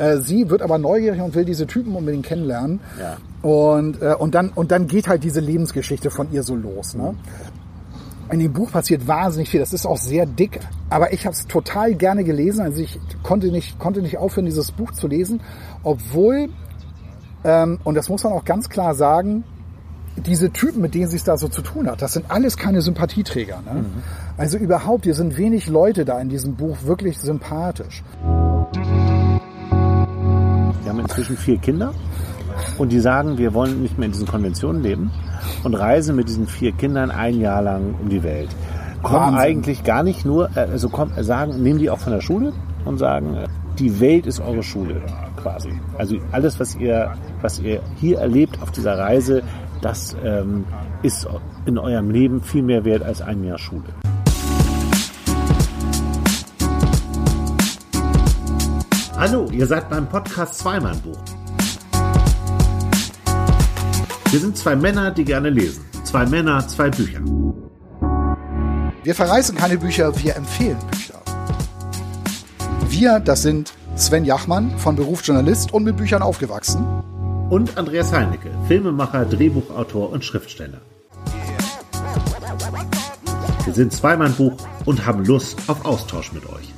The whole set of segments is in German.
Sie wird aber neugierig und will diese Typen unbedingt kennenlernen. Ja. Und dann geht halt diese Lebensgeschichte von ihr so los. Ne? In dem Buch passiert wahnsinnig viel. Das ist auch sehr dick. Aber ich habe es total gerne gelesen. Also ich konnte nicht aufhören, dieses Buch zu lesen. Obwohl, und das muss man auch ganz klar sagen, diese Typen, mit denen sie es da so zu tun hat, das sind alles keine Sympathieträger. Ne? Also überhaupt, hier sind wenig Leute da in diesem Buch wirklich sympathisch. Wir haben inzwischen 4 Kinder und die sagen, wir wollen nicht mehr in diesen Konventionen leben und reisen mit diesen 4 Kindern ein Jahr lang um die Welt. Kommen eigentlich gar nicht nur, nehmen die auch von der Schule und sagen, die Welt ist eure Schule quasi. Also alles, was ihr hier erlebt auf dieser Reise, das ist in eurem Leben viel mehr wert als ein Jahr Schule. Hallo, ihr seid beim Podcast Zweimann-Buch. Wir sind 2 Männer, die gerne lesen. 2 Männer, 2 Bücher. Wir verreißen keine Bücher, wir empfehlen Bücher. Wir, das sind Sven Jachmann, von Beruf Journalist und mit Büchern aufgewachsen. Und Andreas Heinecke, Filmemacher, Drehbuchautor und Schriftsteller. Wir sind Zweimann-Buch und haben Lust auf Austausch mit euch.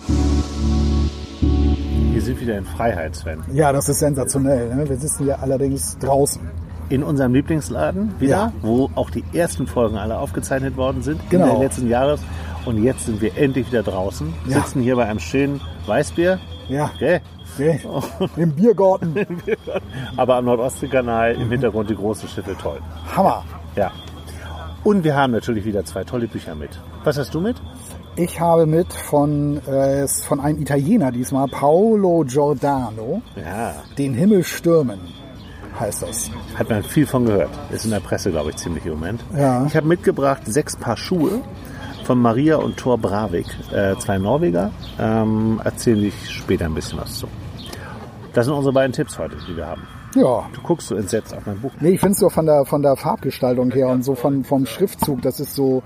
Wir sind wieder in Freiheit, Sven. Ja, das ist sensationell. Ne? Wir sitzen hier allerdings draußen. In unserem Lieblingsladen wieder, Ja. wo auch die ersten Folgen alle aufgezeichnet worden sind, Genau. in den letzten Jahres. Und jetzt sind wir endlich wieder draußen, Ja. sitzen hier bei einem schönen Weißbier. Ja, Okay. okay. Im Biergarten. Aber am Nordostseekanal im Hintergrund die großen Schiffe, toll. Hammer. Ja. Und wir haben natürlich wieder 2 tolle Bücher mit. Was hast du mit? Ich habe mit von einem Italiener diesmal, Paolo Giordano, Ja, Den Himmel stürmen, heißt das. hat man viel von gehört. Ist in der Presse, glaube ich, ziemlich im Moment. Ja. Ich habe mitgebracht 6 Paar Schuhe von Maria und Thor Bravik, 2 Norweger. Erzähle ich später ein bisschen was zu. Das sind unsere beiden Tipps heute, die wir haben. Ja. Du guckst so entsetzt auf mein Buch. Nee, ich finde es so von der Farbgestaltung her und so vom Schriftzug, das sieht so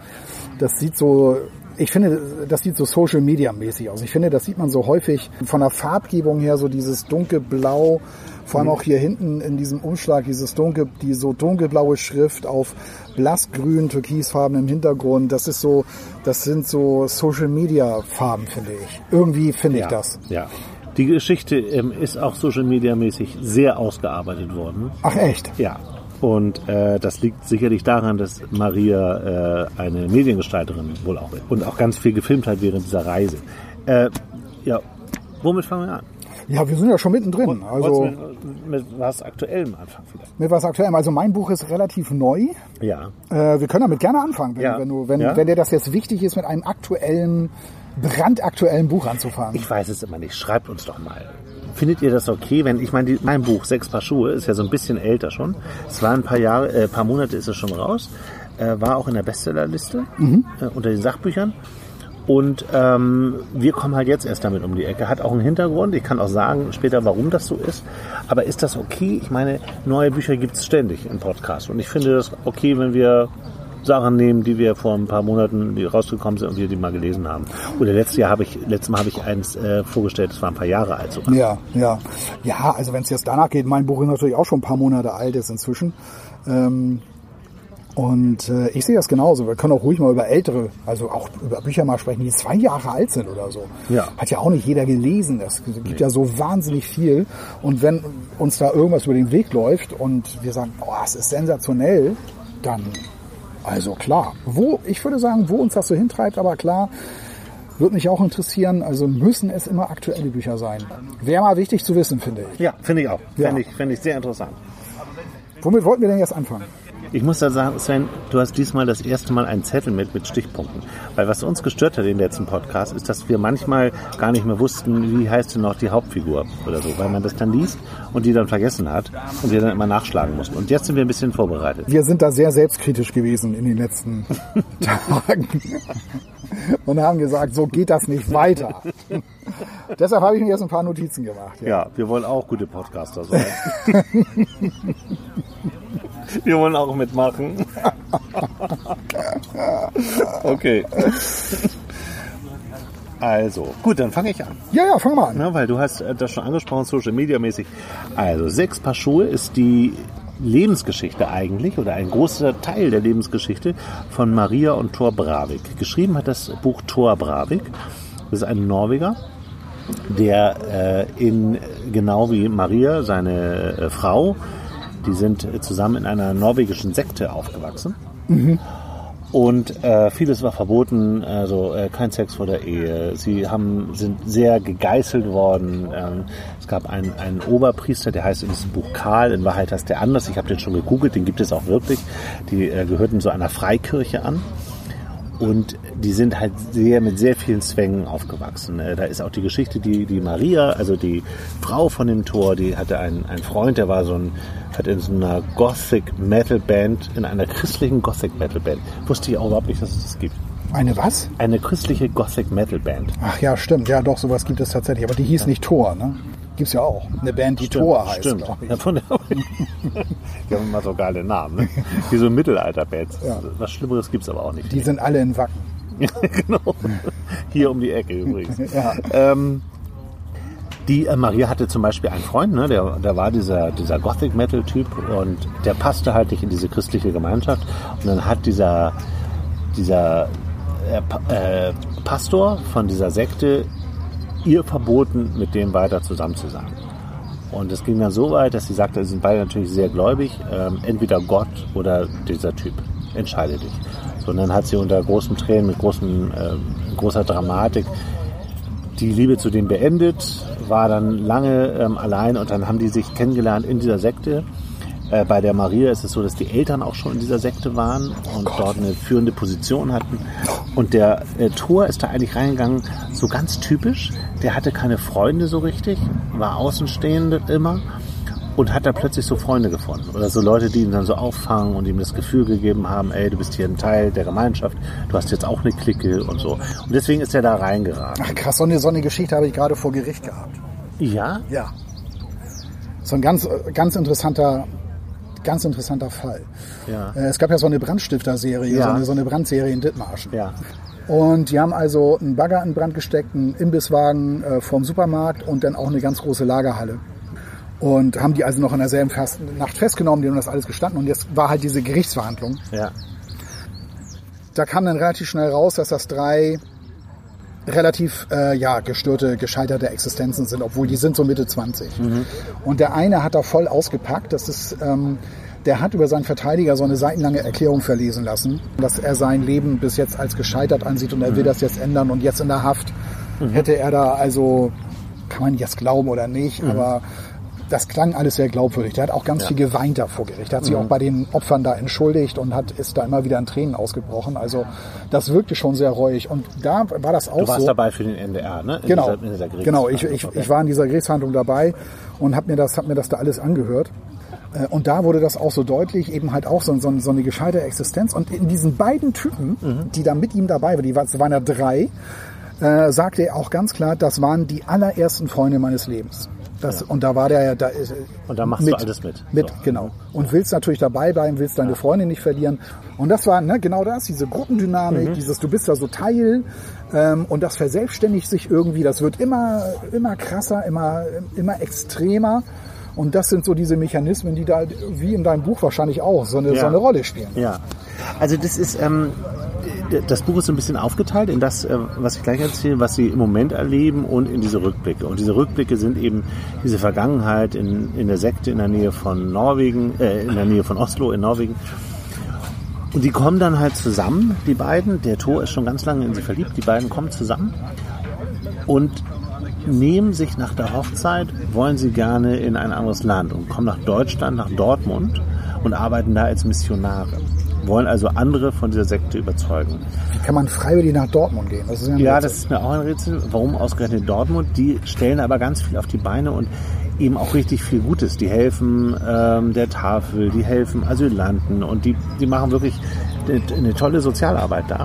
Social Media mäßig aus. Ich finde, das sieht man so häufig von der Farbgebung her, so dieses dunkelblau, vor allem auch hier hinten in diesem Umschlag, die so dunkelblaue Schrift auf blassgrün, türkisfarbenem Hintergrund. Das sind so Social Media Farben, finde ich. Irgendwie finde ich das. Ja. Die Geschichte ist auch Social Media mäßig sehr ausgearbeitet worden. Ach echt? Ja. Und das liegt sicherlich daran, dass Maria eine Mediengestalterin wohl auch ist und auch ganz viel gefilmt hat während dieser Reise. Ja, womit fangen wir an? Ja, wir sind ja schon mittendrin. Also mit was Aktuellem anfangen vielleicht. mit was Aktuellem. Also mein Buch ist relativ neu. Ja. Wir können damit gerne anfangen, wenn dir das jetzt wichtig ist, mit einem brandaktuellen Buch anzufangen. Ich weiß es immer nicht. Schreibt uns doch mal. Findet ihr das okay, wenn, mein Buch 6 Paar Schuhe ist ja so ein bisschen älter schon. Es war ein paar Monate ist es schon raus. War auch in der Bestsellerliste unter den Sachbüchern. Und wir kommen halt jetzt erst damit um die Ecke. Hat auch einen Hintergrund. Ich kann auch sagen später, warum das so ist. Aber ist das okay? Ich meine, neue Bücher gibt es ständig im Podcast. Und ich finde das okay, wenn wir Sachen nehmen, die wir vor ein paar Monaten die rausgekommen sind und wir die mal gelesen haben. Oder letztes Mal habe ich eins vorgestellt, das war ein paar Jahre alt sogar. Ja. Ja, also wenn es jetzt danach geht, mein Buch ist natürlich auch schon ein paar Monate alt ist inzwischen. Und ich sehe das genauso. Wir können auch ruhig mal über ältere, also auch über Bücher mal sprechen, die 2 Jahre alt sind oder so. Ja. Hat ja auch nicht jeder gelesen. Es gibt ja so wahnsinnig viel. Und wenn uns da irgendwas über den Weg läuft und wir sagen, oh, es ist sensationell, dann, also klar. Ich würde sagen, wo uns das so hintreibt, aber klar, würde mich auch interessieren. Also müssen es immer aktuelle Bücher sein. Wäre mal wichtig zu wissen, finde ich. Ja, finde ich auch. Ja. Finde ich sehr interessant. Womit wollten wir denn jetzt anfangen? Ich muss da sagen, Sven, du hast diesmal das erste Mal einen Zettel mit Stichpunkten. Weil was uns gestört hat im letzten Podcast, ist, dass wir manchmal gar nicht mehr wussten, wie heißt denn noch die Hauptfigur oder so. Weil man das dann liest und die dann vergessen hat und wir dann immer nachschlagen mussten. Und jetzt sind wir ein bisschen vorbereitet. Wir sind da sehr selbstkritisch gewesen in den letzten Tagen und haben gesagt, so geht das nicht weiter. Deshalb habe ich mir jetzt ein paar Notizen gemacht. Ja, wir wollen auch gute Podcaster sein. Wir wollen auch mitmachen. Okay. Also, gut, dann fange ich an. Ja, fang mal an. Ja, weil du hast das schon angesprochen, Social Media mäßig. Also, 6 Paar Schuhe ist die Lebensgeschichte eigentlich oder ein großer Teil der Lebensgeschichte von Maria und Thor Bravik. Geschrieben hat das Buch Thor Bravik. Das ist ein Norweger, der genau wie Maria, seine Frau, die sind zusammen in einer norwegischen Sekte aufgewachsen. Mhm. Und vieles war verboten, also kein Sex vor der Ehe. Sie sind sehr gegeißelt worden. Es gab einen Oberpriester, der heißt in diesem Buch Karl. In Wahrheit heißt der anders. Ich habe den schon gegoogelt, den gibt es auch wirklich. Die gehörten so einer Freikirche an. Und die sind halt mit sehr vielen Zwängen aufgewachsen. Da ist auch die Geschichte, die Maria, also die Frau von dem Thor, die hatte einen Freund, der war hat in so einer Gothic-Metal-Band, in einer christlichen Gothic-Metal-Band. Wusste ich auch überhaupt nicht, dass es das gibt. Eine was? Eine christliche Gothic-Metal-Band. Ach ja, stimmt. Ja, doch, sowas gibt es tatsächlich. Aber die hieß nicht Thor, ne? Gibt's ja auch. Eine Band, die Thor heißt, glaube ich. Ja, die haben immer so geile Namen, ne? Wie so Mittelalter-Bands. Ja. Was Schlimmeres gibt's aber auch nicht. Die sind alle in Wacken. Genau. Hier um die Ecke übrigens. Ja. Die Maria hatte zum Beispiel einen Freund, ne? Der war dieser Gothic-Metal-Typ und der passte halt nicht in diese christliche Gemeinschaft. Und dann hat dieser Pastor von dieser Sekte ihr verboten, mit dem weiter zusammen zu sein. Und es ging dann so weit, dass sie sagte, sie sind beide natürlich sehr gläubig, entweder Gott oder dieser Typ, entscheide dich. So, und dann hat sie unter großen Tränen, mit großer Dramatik die Liebe zu dem beendet, war dann lange allein und dann haben die sich kennengelernt in dieser Sekte. Bei der Maria ist es so, dass die Eltern auch schon in dieser Sekte waren und dort eine führende Position hatten. Und der Thor ist da eigentlich reingegangen, so ganz typisch. Der hatte keine Freunde so richtig, war außenstehend immer und hat da plötzlich so Freunde gefunden. Oder so Leute, die ihn dann so auffangen und ihm das Gefühl gegeben haben, ey, du bist hier ein Teil der Gemeinschaft, du hast jetzt auch eine Clique und so. Und deswegen ist er da reingeraten. Ach krass, so eine Geschichte habe ich gerade vor Gericht gehabt. Ja? Ja. So ein ganz interessanter Fall. Ja. Es gab ja so eine Brandstifter-Serie, ja. so eine Brandserie in Dithmarschen. Ja. Und die haben also einen Bagger in Brand gesteckt, einen Imbisswagen vorm Supermarkt und dann auch eine ganz große Lagerhalle. Und haben die also noch in derselben Nacht festgenommen, die haben das alles gestanden. Und jetzt war halt diese Gerichtsverhandlung. Ja. Da kam dann relativ schnell raus, dass das 3 relativ gestörte, gescheiterte Existenzen sind, obwohl die sind so Mitte 20. Mhm. Und der eine hat da voll ausgepackt, das ist, der hat über seinen Verteidiger so eine seitenlange Erklärung verlesen lassen, dass er sein Leben bis jetzt als gescheitert ansieht und er will das jetzt ändern und jetzt in der Haft hätte er da, also kann man jetzt glauben oder nicht, aber das klang alles sehr glaubwürdig. Der hat auch ganz viel geweint da vor Gericht. Der hat sich auch bei den Opfern da entschuldigt und ist da immer wieder in Tränen ausgebrochen. Also das wirkte schon sehr reuig. Und da war das auch so. Du warst dabei für den NDR, ne? Genau, ich war in dieser Gerichtsverhandlung dabei und hab mir das da alles angehört. Und da wurde das auch so deutlich, eben halt auch so eine gescheiterte Existenz. Und in diesen beiden Typen, die da mit ihm dabei waren, es waren ja 3, sagte er auch ganz klar, das waren die allerersten Freunde meines Lebens. Und da war der da. Und da machst du alles mit. So. Genau. Und willst natürlich dabei bleiben, willst deine Freunde nicht verlieren. Und das war genau das, diese Gruppendynamik, du bist da so Teil und das verselbstständigt sich irgendwie, das wird immer krasser, immer extremer. Und das sind so diese Mechanismen, die da, wie in deinem Buch wahrscheinlich auch, so eine Rolle spielen. Ja. Also das ist, das Buch ist so ein bisschen aufgeteilt in das, was ich gleich erzähle, was Sie im Moment erleben und in diese Rückblicke. Und diese Rückblicke sind eben diese Vergangenheit in der Sekte in der Nähe von Norwegen, in der Nähe von Oslo in Norwegen. Und die kommen dann halt zusammen, die beiden. Der Thor ist schon ganz lange in sie verliebt. Die beiden kommen zusammen und nehmen sich nach der Hochzeit, wollen sie gerne in ein anderes Land und kommen nach Deutschland, nach Dortmund und arbeiten da als Missionare. Wollen also andere von dieser Sekte überzeugen. Wie kann man freiwillig nach Dortmund gehen? Das ist das ist mir auch ein Rätsel. Warum ausgerechnet Dortmund? Die stellen aber ganz viel auf die Beine und eben auch richtig viel Gutes. Die helfen der Tafel, die helfen Asylanten und die machen wirklich eine tolle Sozialarbeit da.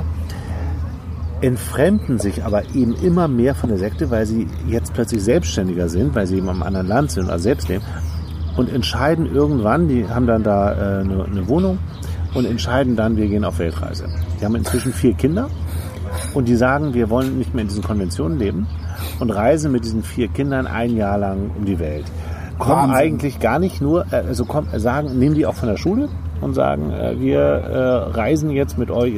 Entfremden sich aber eben immer mehr von der Sekte, weil sie jetzt plötzlich selbstständiger sind, weil sie eben am anderen Land sind oder selbst leben und entscheiden irgendwann, die haben dann da eine Wohnung und entscheiden dann, wir gehen auf Weltreise. Die haben inzwischen 4 Kinder Und die sagen, wir wollen nicht mehr in diesen Konventionen leben und reisen mit diesen 4 Kindern ein Jahr lang um die Welt. Kommen eigentlich gar nicht nur, sagen, nehmen die auch von der Schule und sagen, wir reisen jetzt mit euch,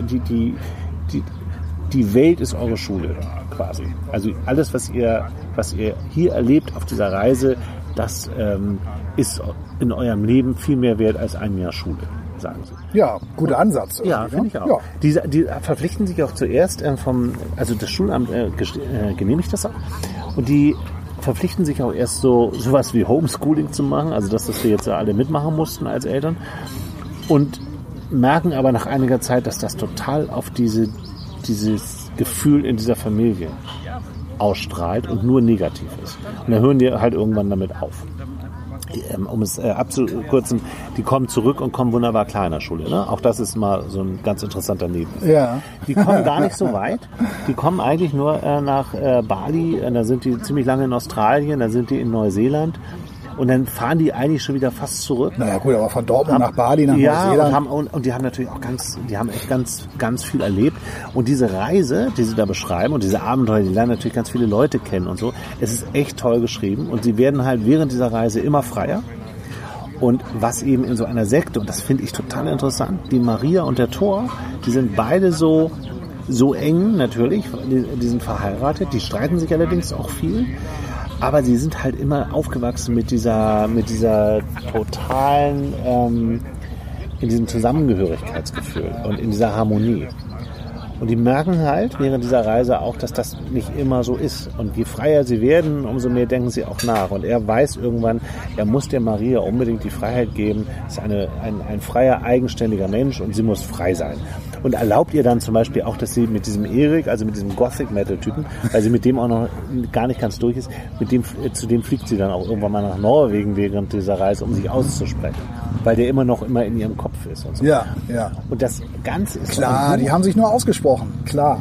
die Welt ist eure Schule quasi. Also alles, was ihr hier erlebt auf dieser Reise, das ist in eurem Leben viel mehr wert als ein Jahr Schule, sagen sie. Ja, guter Ansatz. Ja, finde ich auch. Ja. Die verpflichten sich auch zuerst also das Schulamt genehmigt das auch. Und die verpflichten sich auch erst sowas wie Homeschooling zu machen, also dass wir jetzt alle mitmachen mussten als Eltern. Und merken aber nach einiger Zeit, dass das total auf dieses Gefühl in dieser Familie ausstrahlt und nur negativ ist. Und dann hören die halt irgendwann damit auf. Um es abzukürzen, die kommen zurück und kommen wunderbar klar in der Schule. Ne? Auch das ist mal so ein ganz interessanter Nebeneffekt. Ja. Die kommen gar nicht so weit. Die kommen eigentlich nur nach Bali. Da sind die ziemlich lange in Australien, dann sind die in Neuseeland. Und dann fahren die eigentlich schon wieder fast zurück. Naja gut, aber von Dortmund nach Bali, nach Neuseeland. Und die haben natürlich auch echt ganz viel erlebt. Und diese Reise, die sie da beschreiben und diese Abenteuer, die lernen natürlich ganz viele Leute kennen und so. Es ist echt toll geschrieben und sie werden halt während dieser Reise immer freier. Und was eben in so einer Sekte, und das finde ich total interessant, die Maria und der Thor, die sind beide so eng natürlich, die sind verheiratet, die streiten sich allerdings auch viel. Aber sie sind halt immer aufgewachsen mit dieser totalen, in diesem Zusammengehörigkeitsgefühl und in dieser Harmonie. Und die merken halt während dieser Reise auch, dass das nicht immer so ist. Und je freier sie werden, umso mehr denken sie auch nach. Und er weiß irgendwann, er muss der Maria unbedingt die Freiheit geben. Es ist ein freier, eigenständiger Mensch und sie muss frei sein. Und erlaubt ihr dann zum Beispiel auch, dass sie mit diesem Erik, also mit diesem Gothic-Metal-Typen, weil sie mit dem auch noch gar nicht ganz durch ist, zu dem fliegt sie dann auch irgendwann mal nach Norwegen während dieser Reise, um sich auszusprechen. Weil der immer in ihrem Kopf ist. Und so. Ja. Und das Ganze ist... Klar, die haben sich nur ausgesprochen. Klar.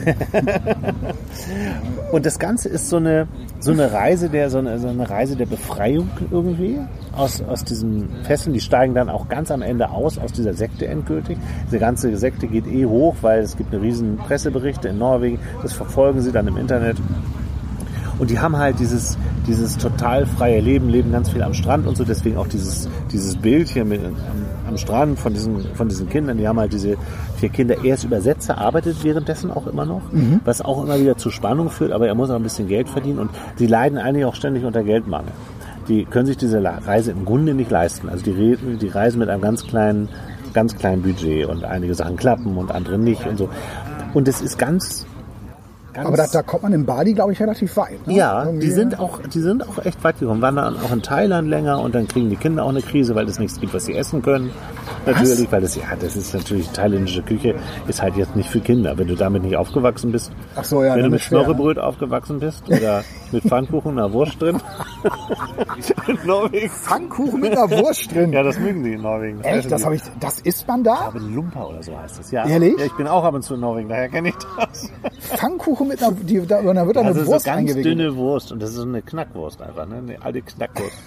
Und das Ganze ist so eine Reise der Befreiung irgendwie aus diesen Fesseln. Die steigen dann auch ganz am Ende aus dieser Sekte endgültig. Diese ganze Sekte geht hoch, weil es gibt eine riesen Presseberichte in Norwegen. Das verfolgen sie dann im Internet. Und die haben halt dieses total freie leben ganz viel am Strand und so, deswegen auch dieses Bild hier am Strand von diesen Kindern, die haben halt diese 4 Kinder. Er ist Übersetzer, arbeitet währenddessen auch immer noch, was auch immer wieder zu Spannung führt, aber er muss auch ein bisschen Geld verdienen und die leiden eigentlich auch ständig unter Geldmangel. Die können sich diese Reise im Grunde nicht leisten. Also die reisen mit einem ganz kleinen Budget und einige Sachen klappen und andere nicht und so. Und es ist ganz... Aber da kommt man in Bali, glaube ich, relativ weit. Ne? Ja, die sind auch echt weit gekommen. Waren dann auch in Thailand länger und dann kriegen die Kinder auch eine Krise, weil es nichts gibt, was sie essen können. Natürlich, weil das ist natürlich, thailändische Küche ist halt jetzt nicht für Kinder. Wenn du damit nicht aufgewachsen bist, ach so, ja, wenn du mit Schnorrebröt aufgewachsen bist oder mit Pfannkuchen und einer Wurst drin. In Norwegen. Pfannkuchen mit einer Wurst drin? Ja, das mögen die in Norwegen. Echt? Das isst man da? Ich glaube, Lumpa oder so heißt das. Ja. Ehrlich? Ja, ich bin auch ab und zu in Norwegen, daher kenne ich das. Pfannkuchen mit einer, da wird eine Wurst so ganz eingewickelt. Dünne Wurst und das ist so eine Knackwurst einfach, ne? Eine alte Knackwurst.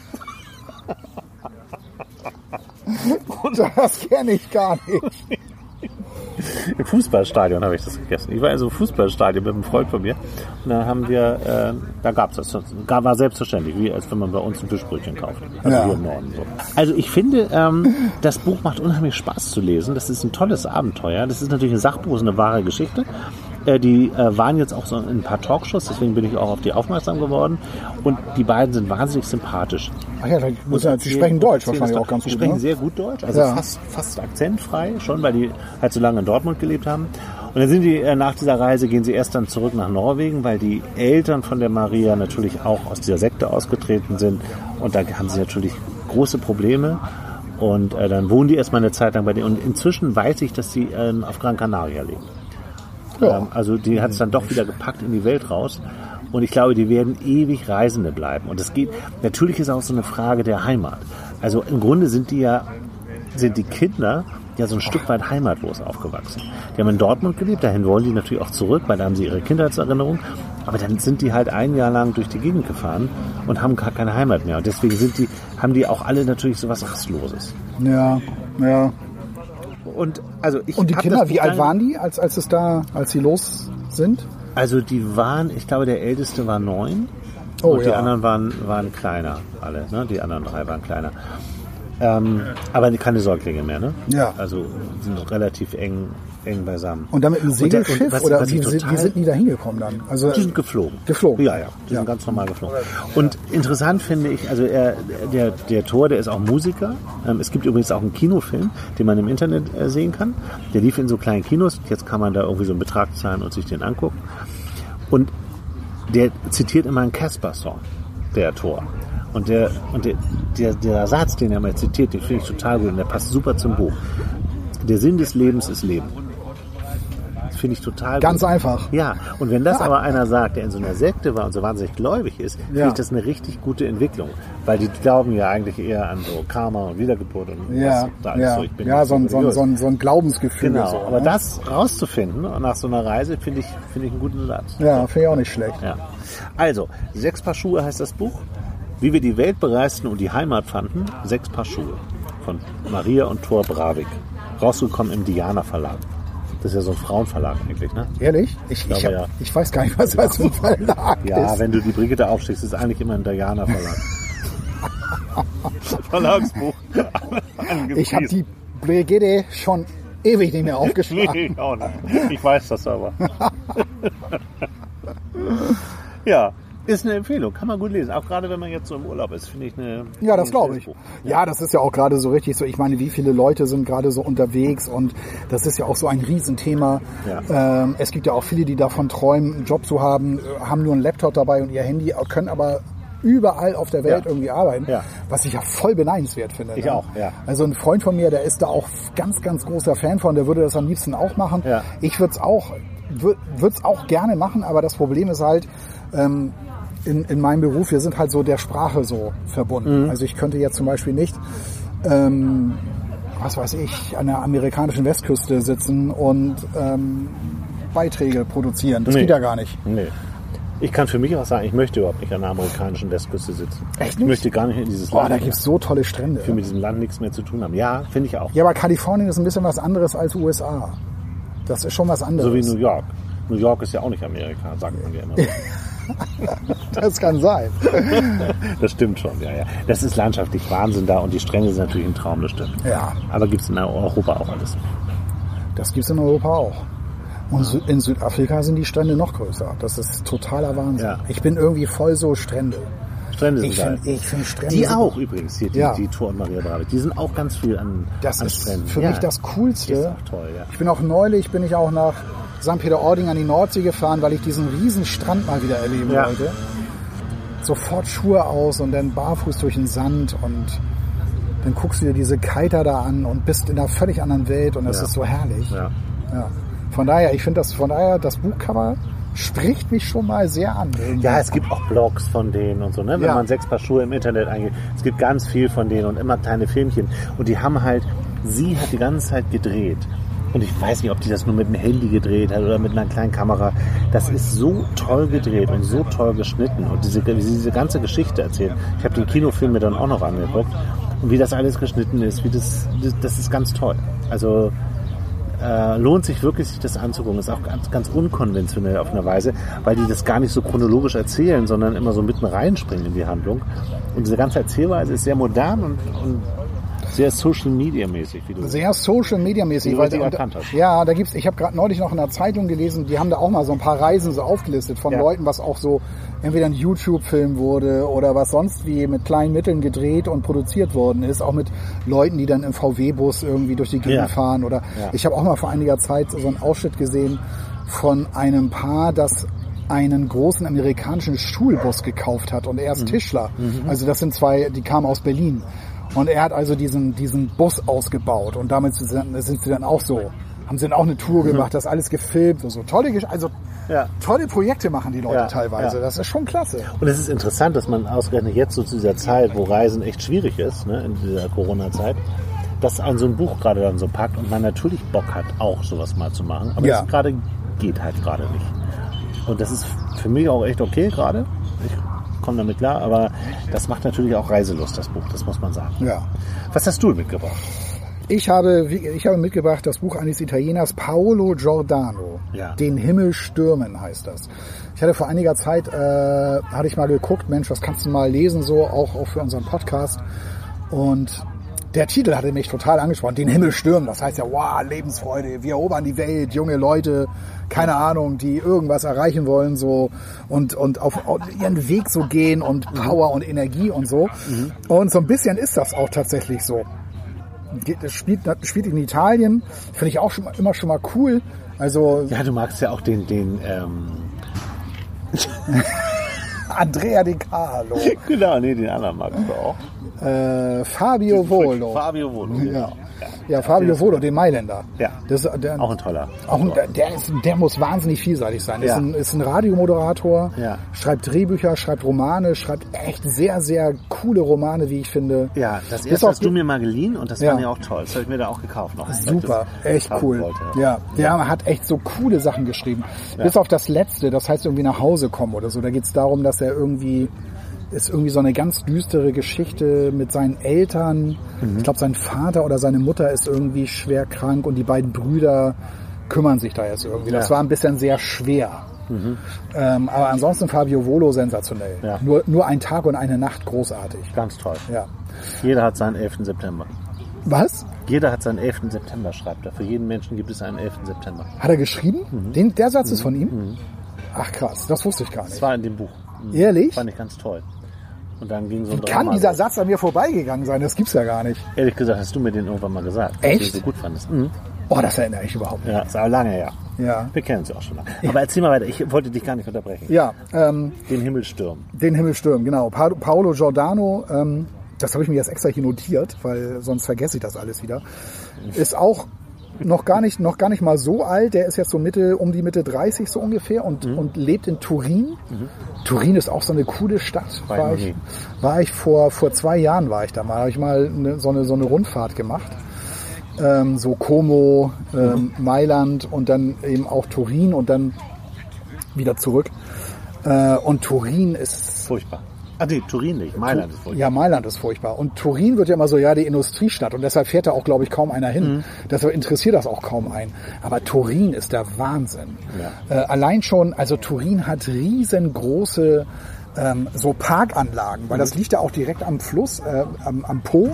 Und das kenne ich gar nicht. Im Fußballstadion habe ich das gegessen. Ich war in so einem Fußballstadion mit einem Freund von mir und dann haben wir, da gab es das. War selbstverständlich, wie als wenn man bei uns ein Fischbrötchen kauft. Also hier im Norden so. Also ich finde, das Buch macht unheimlich Spaß zu lesen. Das ist ein tolles Abenteuer. Das ist natürlich ein Sachbuch, ist eine wahre Geschichte. Die waren jetzt auch so in ein paar Talkshows, deswegen bin ich auch auf die aufmerksam geworden. Und die beiden sind wahnsinnig sympathisch. Ach ja, die sprechen Deutsch wahrscheinlich auch ganz gut. Die sprechen sehr gut Deutsch, also fast akzentfrei schon, weil die halt so lange in Dortmund gelebt haben. Und dann sind die nach dieser Reise, gehen sie erst dann zurück nach Norwegen, weil die Eltern von der Maria natürlich auch aus dieser Sekte ausgetreten sind. Und da haben sie natürlich große Probleme. Und dann wohnen die erstmal eine Zeit lang bei denen. Und inzwischen weiß ich, dass sie auf Gran Canaria leben. Ja. Also die hat es dann doch wieder gepackt in die Welt raus. Und ich glaube, die werden ewig Reisende bleiben. Und das geht, natürlich ist auch so eine Frage der Heimat. Also im Grunde sind die Kinder ja so ein Stück weit heimatlos aufgewachsen. Die haben in Dortmund gelebt, dahin wollen die natürlich auch zurück, weil da haben sie ihre Kindheitserinnerung. Aber dann sind die halt ein Jahr lang durch die Gegend gefahren und haben gar keine Heimat mehr. Und deswegen haben die auch alle natürlich so was Rastloses. Ja. Und die Kinder, wie alt waren die, als sie los sind? Also die waren, ich glaube, der älteste war 9 und die anderen waren kleiner, alle. Ne? Die anderen 3 waren kleiner. Aber keine Säuglinge mehr, ne? Ja. Also sind relativ eng beisammen. Und dann mit einem Segelschiff oder wie sind die da hingekommen dann? Also, die sind geflogen. Ja. Die sind ganz normal geflogen. Und interessant finde ich, also der Thor, der ist auch Musiker. Es gibt übrigens auch einen Kinofilm, den man im Internet sehen kann. Der lief in so kleinen Kinos. Jetzt kann man da irgendwie so einen Betrag zahlen und sich den angucken. Und der zitiert immer einen Casper-Song, der Thor. Und der Satz, den er mal zitiert, den finde ich total gut und der passt super zum Buch. Der Sinn des Lebens ist Leben. Das finde ich total gut. Ganz einfach. Ja, und wenn das aber einer sagt, der in so einer Sekte war und so wahnsinnig gläubig ist, finde ich das eine richtig gute Entwicklung. Weil die glauben ja eigentlich eher an so Karma und Wiedergeburt und was da alles so. Ich bin so ein Glaubensgefühl. Genau, so, aber das rauszufinden nach so einer Reise, finde ich einen guten Satz. Ja, finde ich auch nicht schlecht. Ja. Also, 6 Paar Schuhe heißt das Buch. Wie wir die Welt bereisten und die Heimat fanden, 6 Paar Schuhe von Maria und Thor Bravik. Rausgekommen im Diana Verlag. Das ist ja so ein Frauenverlag eigentlich, ne? Ehrlich? Ich weiß gar nicht, was das für ein Verlag ist. Ja, wenn du die Brigitte aufschlägst, ist es eigentlich immer ein Diana Verlag. Verlagsbuch. Ich habe die Brigitte schon ewig nicht mehr aufgeschlagen. Nee, auch nicht. Ich weiß das aber. Ja. Ist eine Empfehlung, kann man gut lesen. Auch gerade wenn man jetzt so im Urlaub ist, finde ich eine... Ja, das glaube ich. Ja, das ist ja auch gerade so richtig so. Ich meine, wie viele Leute sind gerade so unterwegs und das ist ja auch so ein Riesenthema. Ja. Es gibt ja auch viele, die davon träumen, einen Job zu haben, haben nur einen Laptop dabei und ihr Handy, können aber überall auf der Welt irgendwie arbeiten, was ich ja voll beneidenswert finde. Ich auch, ja. Also ein Freund von mir, der ist da auch ganz, ganz großer Fan von, der würde das am liebsten auch machen. Ja. Ich würde es auch gerne machen, aber das Problem ist halt, in meinem Beruf, wir sind halt so der Sprache so verbunden. Also ich könnte jetzt zum Beispiel nicht, was weiß ich, an der amerikanischen Westküste sitzen und Beiträge produzieren. Das geht ja gar nicht. Nee. Ich kann für mich auch sagen, ich möchte überhaupt nicht an der amerikanischen Westküste sitzen. Echt nicht? Ich möchte gar nicht in dieses Land. Da gibt es so tolle Strände. Ich will mit diesem Land nichts mehr zu tun haben. Ja, finde ich auch. Ja, aber Kalifornien ist ein bisschen was anderes als USA. Das ist schon was anderes. So wie New York. New York ist ja auch nicht Amerika, sagt man ja immer. Das kann sein. Das stimmt schon, ja. Das ist landschaftlich Wahnsinn da und die Strände sind natürlich ein Traum, das stimmt. Ja. Aber gibt es in Europa auch alles? Das gibt es in Europa auch. Und in Südafrika sind die Strände noch größer. Das ist totaler Wahnsinn. Ja. Ich bin irgendwie voll so Strände. Strände sind geil. Ich finde Strände. Die auch übrigens, hier, die Thor und Maria Bravik. Die sind auch ganz viel an Stränden. Das ist für mich das Coolste. Ist auch toll, ja. Ich bin auch neulich, nach St. Peter-Ording an die Nordsee gefahren, weil ich diesen riesen Strand mal wieder erleben wollte. Sofort Schuhe aus und dann barfuß durch den Sand und dann guckst du dir diese Kiter da an und bist in einer völlig anderen Welt und das ist so herrlich. Ja. Von daher, ich finde das Buchcover spricht mich schon mal sehr an. Irgendwie. Ja, es gibt auch Blogs von denen und so, ne? Wenn man 6 Paar Schuhe im Internet eingeht. Es gibt ganz viel von denen und immer kleine Filmchen. Und die haben sie hat die ganze Zeit gedreht. Und ich weiß nicht, ob die das nur mit dem Handy gedreht hat oder mit einer kleinen Kamera. Das ist so toll gedreht und so toll geschnitten. Und wie sie diese ganze Geschichte erzählt. Ich habe die Kinofilme dann auch noch angeguckt. Und wie das alles geschnitten ist, das ist ganz toll. Also lohnt sich wirklich, sich das anzugucken. Ist auch ganz, ganz unkonventionell auf eine Weise, weil die das gar nicht so chronologisch erzählen, sondern immer so mitten reinspringen in die Handlung. Und diese ganze Erzählweise ist sehr modern und sehr Social-Media-mäßig. Sehr Social-Media-mäßig. Weil du erkannt hast. Ja, ich habe gerade neulich noch in der Zeitung gelesen, die haben da auch mal so ein paar Reisen so aufgelistet von Leuten, was auch so entweder ein YouTube-Film wurde oder was sonst wie mit kleinen Mitteln gedreht und produziert worden ist. Auch mit Leuten, die dann im VW-Bus irgendwie durch die Gegend fahren. Oder ich habe auch mal vor einiger Zeit so einen Ausschnitt gesehen von einem Paar, das einen großen amerikanischen Schulbus gekauft hat und er ist Tischler. Also das sind 2, die kamen aus Berlin. Und er hat also diesen Bus ausgebaut und damit sind sie dann auch so, haben sie dann auch eine Tour gemacht, das alles gefilmt und so. Tolle Projekte machen die Leute teilweise, das ist schon klasse. Und es ist interessant, dass man ausgerechnet jetzt so zu dieser Zeit, wo Reisen echt schwierig ist, ne, in dieser Corona-Zeit, dass an so ein Buch gerade dann so packt und man natürlich Bock hat, auch sowas mal zu machen. Aber es geht halt gerade nicht. Und das ist für mich auch echt okay gerade. Ich komme damit klar, aber das macht natürlich auch Reiselust, das Buch, das muss man sagen. Ja. Was hast du mitgebracht? Ich habe mitgebracht das Buch eines Italieners, Paolo Giordano. Ja. Den Himmel stürmen heißt das. Ich hatte vor einiger Zeit, hatte ich mal geguckt, Mensch, was kannst du mal lesen, so auch für unseren Podcast. Und der Titel hatte mich total angesprochen. Den Himmel stürmen, das heißt ja, wow, Lebensfreude, wir erobern die Welt, junge Leute, keine Ahnung, die irgendwas erreichen wollen, so und auf ihren Weg so gehen und Power und Energie und so. Und so ein bisschen ist das auch tatsächlich so. Das spielt in Italien, finde ich auch immer schon mal cool. Also Ja, du magst ja auch den Andrea De Carlo. Genau, nee, den anderen magst du auch. Fabio Volo. Fabio Volo. Ja, Fabio Volo, den Mailänder. Ja. Auch ein toller. Der muss wahnsinnig vielseitig sein. Ja. Ist ein Radiomoderator, Ja. schreibt Drehbücher, schreibt Romane, schreibt echt sehr, sehr coole Romane, wie ich finde. Ja, das erste hast du mir mal geliehen und das fand ich auch toll. Das habe ich mir da auch gekauft noch. Super, echt cool. Wollte. Der hat echt so coole Sachen geschrieben. Ja. Bis auf das letzte, das heißt irgendwie nach Hause kommen oder so. Da geht es darum, dass er ist irgendwie so eine ganz düstere Geschichte mit seinen Eltern. Ich glaube, sein Vater oder seine Mutter ist irgendwie schwer krank und die beiden Brüder kümmern sich da jetzt irgendwie. Das war ein bisschen sehr schwer. Aber ansonsten Fabio Volo sensationell. Ja. Nur ein Tag und eine Nacht großartig. Ganz toll. Ja. Jeder hat seinen 11. September. Was? Jeder hat seinen 11. September, schreibt er. Für jeden Menschen gibt es einen 11. September. Hat er geschrieben? Der Satz ist von ihm? Ach krass, das wusste ich gar nicht. Das war in dem Buch. Ehrlich? Fand ich ganz toll. Und dann ging so ein Wie kann Drama dieser los. Satz an mir vorbeigegangen sein? Das gibt's ja gar nicht. Ehrlich gesagt, hast du mir den irgendwann mal gesagt. Echt? Dass du ihn so gut fandest. Oh, das erinnere ich überhaupt nicht. Ja, ist aber lange her. Ja. Wir kennen uns ja auch schon lange. Aber erzähl mal weiter. Ich wollte dich gar nicht unterbrechen. Ja, Den Himmel stürmen. den Himmel stürmen, genau. Paolo Giordano, das habe ich mir jetzt extra hier notiert, weil sonst vergesse ich das alles wieder. Ist auch noch gar nicht mal so alt. Der ist jetzt so um die Mitte 30 so ungefähr und lebt in Turin. Turin ist auch so eine coole Stadt. War ich vor 2 Jahren war ich da mal. Habe ich mal so eine Rundfahrt gemacht. So Como, Mailand und dann eben auch Turin und dann wieder zurück. Und Turin ist Furchtbar. Ah, nee, Turin nicht. Mailand ist furchtbar. Ja, Mailand ist furchtbar. Und Turin wird ja immer so, die Industriestadt. Und deshalb fährt da auch, glaube ich, kaum einer hin. Deshalb interessiert das auch kaum einen. Aber Turin ist der Wahnsinn. Ja. Allein schon, also Turin hat riesengroße so Parkanlagen, weil das liegt ja auch direkt am Fluss, am Po.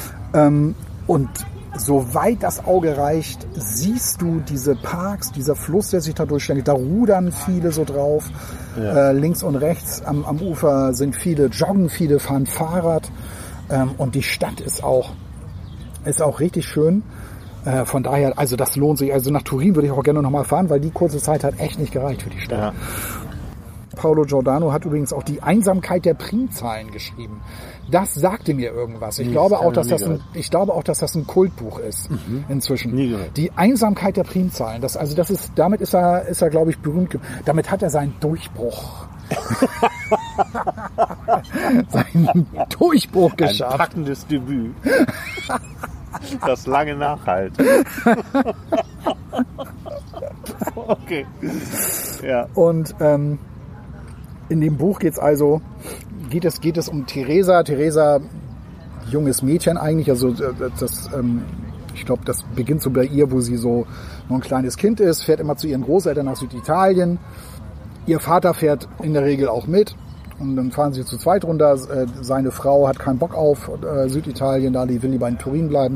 Und soweit das Auge reicht, siehst du diese Parks, dieser Fluss, der sich da durchschlägt. Da rudern viele so drauf. Ja. Links und rechts am Ufer sind viele, joggen viele, fahren Fahrrad. Und die Stadt ist auch richtig schön. Von daher, also das lohnt sich. Also nach Turin würde ich auch gerne nochmal fahren, weil die kurze Zeit hat echt nicht gereicht für die Stadt. Ja. Paolo Giordano hat übrigens auch die Einsamkeit der Primzahlen geschrieben. Das sagte mir irgendwas. Ich glaube auch, dass das ein Kultbuch ist inzwischen. Nie gehört. Die Einsamkeit der Primzahlen. Damit ist er, glaube ich, berühmt. Damit hat er seinen Durchbruch. Seinen Durchbruch geschafft. Ein packendes Debüt. Das lange nachhalt. Okay. Ja. Und in dem Buch geht es um Teresa. Teresa, junges Mädchen eigentlich. Also ich glaube, das beginnt so bei ihr, wo sie so noch ein kleines Kind ist, fährt immer zu ihren Großeltern nach Süditalien. Ihr Vater fährt in der Regel auch mit. Und dann fahren sie zu zweit runter. Seine Frau hat keinen Bock auf Süditalien, die will lieber in Turin bleiben.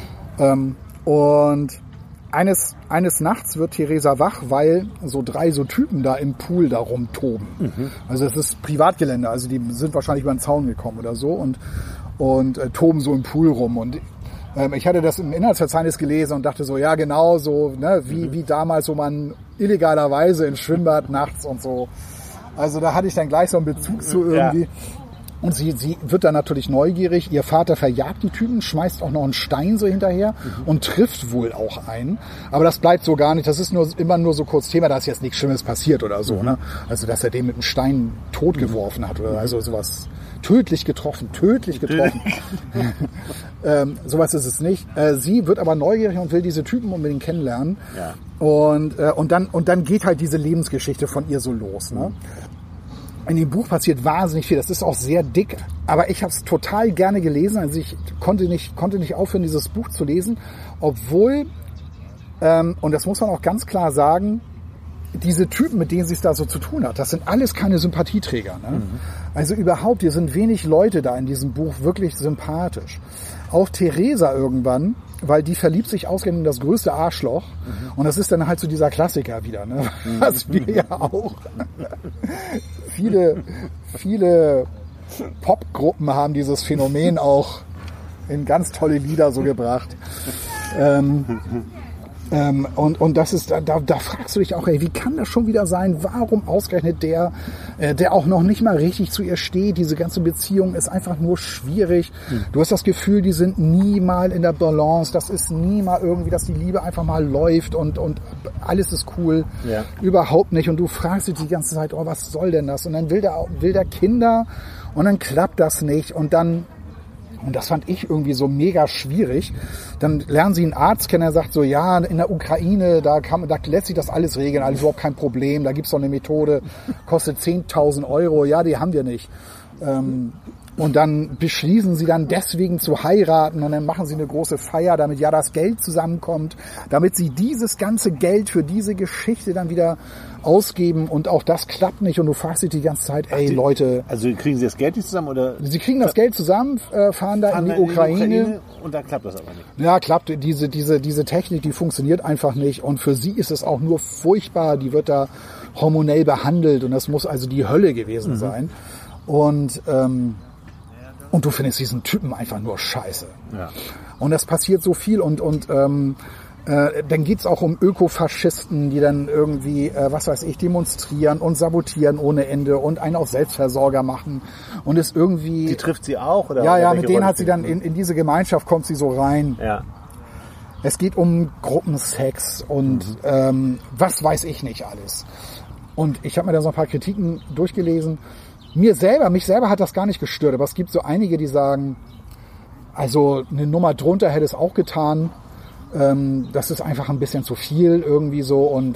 Und eines Nachts wird Teresa wach, weil so 3 so Typen da im Pool da rumtoben. Also es ist Privatgelände, also die sind wahrscheinlich über den Zaun gekommen oder so und toben so im Pool rum. Und ich hatte das im Inhaltsverzeichnis gelesen und dachte so, ja genau, so wie damals, wo man illegalerweise ins Schwimmbad nachts und so. Also da hatte ich dann gleich so einen Bezug zu irgendwie. Ja. Und sie wird dann natürlich neugierig. Ihr Vater verjagt die Typen, schmeißt auch noch einen Stein so hinterher und trifft wohl auch einen. Aber das bleibt so gar nicht. Das ist immer nur so kurz Thema, da ist jetzt nichts Schlimmes passiert oder so. Ne? Also dass er den mit einem Stein totgeworfen hat oder also sowas. Tödlich getroffen. Sowas ist es nicht. Sie wird aber neugierig und will diese Typen unbedingt kennenlernen. Ja. Und dann geht halt diese Lebensgeschichte von ihr so los. Ne? In dem Buch passiert wahnsinnig viel. Das ist auch sehr dick, aber ich habe es total gerne gelesen. Also ich konnte nicht aufhören, dieses Buch zu lesen, obwohl, und das muss man auch ganz klar sagen, diese Typen, mit denen sie es da so zu tun hat, das sind alles keine Sympathieträger. Ne? Also überhaupt, hier sind wenig Leute da in diesem Buch wirklich sympathisch. Auch Theresa irgendwann, weil die verliebt sich ausgerechnet in das größte Arschloch. Und das ist dann halt so dieser Klassiker wieder, ne? Was wir ja auch. Viele Popgruppen haben dieses Phänomen auch in ganz tolle Lieder so gebracht. Und das ist, da fragst du dich auch, ey, wie kann das schon wieder sein? Warum ausgerechnet der auch noch nicht mal richtig zu ihr steht? Diese ganze Beziehung ist einfach nur schwierig. Du hast das Gefühl, die sind nie mal in der Balance. Das ist nie mal irgendwie, dass die Liebe einfach mal läuft und alles ist cool. Ja. Überhaupt nicht. Und du fragst dich die ganze Zeit, oh, was soll denn das? Und dann will der Kinder und dann klappt das nicht. Und das fand ich irgendwie so mega schwierig. Dann lernen sie einen Arzt kennen, der sagt so, ja, in der Ukraine, da lässt sich das alles regeln, alles überhaupt kein Problem, da gibt's doch eine Methode, kostet 10.000 €, ja, die haben wir nicht. Und dann beschließen sie dann deswegen zu heiraten und dann machen sie eine große Feier, damit ja das Geld zusammenkommt, damit sie dieses ganze Geld für diese Geschichte dann wieder ausgeben und auch das klappt nicht und du fragst dich die ganze Zeit, ey Leute. Also kriegen sie das Geld nicht zusammen oder? Sie kriegen das Geld zusammen, fahren da in die Ukraine und da klappt das aber nicht. Ja, klappt. Diese Technik, die funktioniert einfach nicht und für sie ist es auch nur furchtbar, die wird da hormonell behandelt und das muss also die Hölle gewesen sein. Und du findest diesen Typen einfach nur scheiße. Ja. Und das passiert so viel und dann geht's auch um Ökofaschisten, die dann irgendwie, demonstrieren und sabotieren ohne Ende und einen auf Selbstversorger machen und es irgendwie... Die trifft sie auch? Oder ja, mit denen hat sie dann in diese Gemeinschaft kommt sie so rein. Ja. Es geht um Gruppensex und was weiß ich nicht alles. Und ich habe mir da so ein paar Kritiken durchgelesen. Mich selber hat das gar nicht gestört, aber es gibt so einige, die sagen, also eine Nummer drunter hätte es auch getan. Das ist einfach ein bisschen zu viel irgendwie so und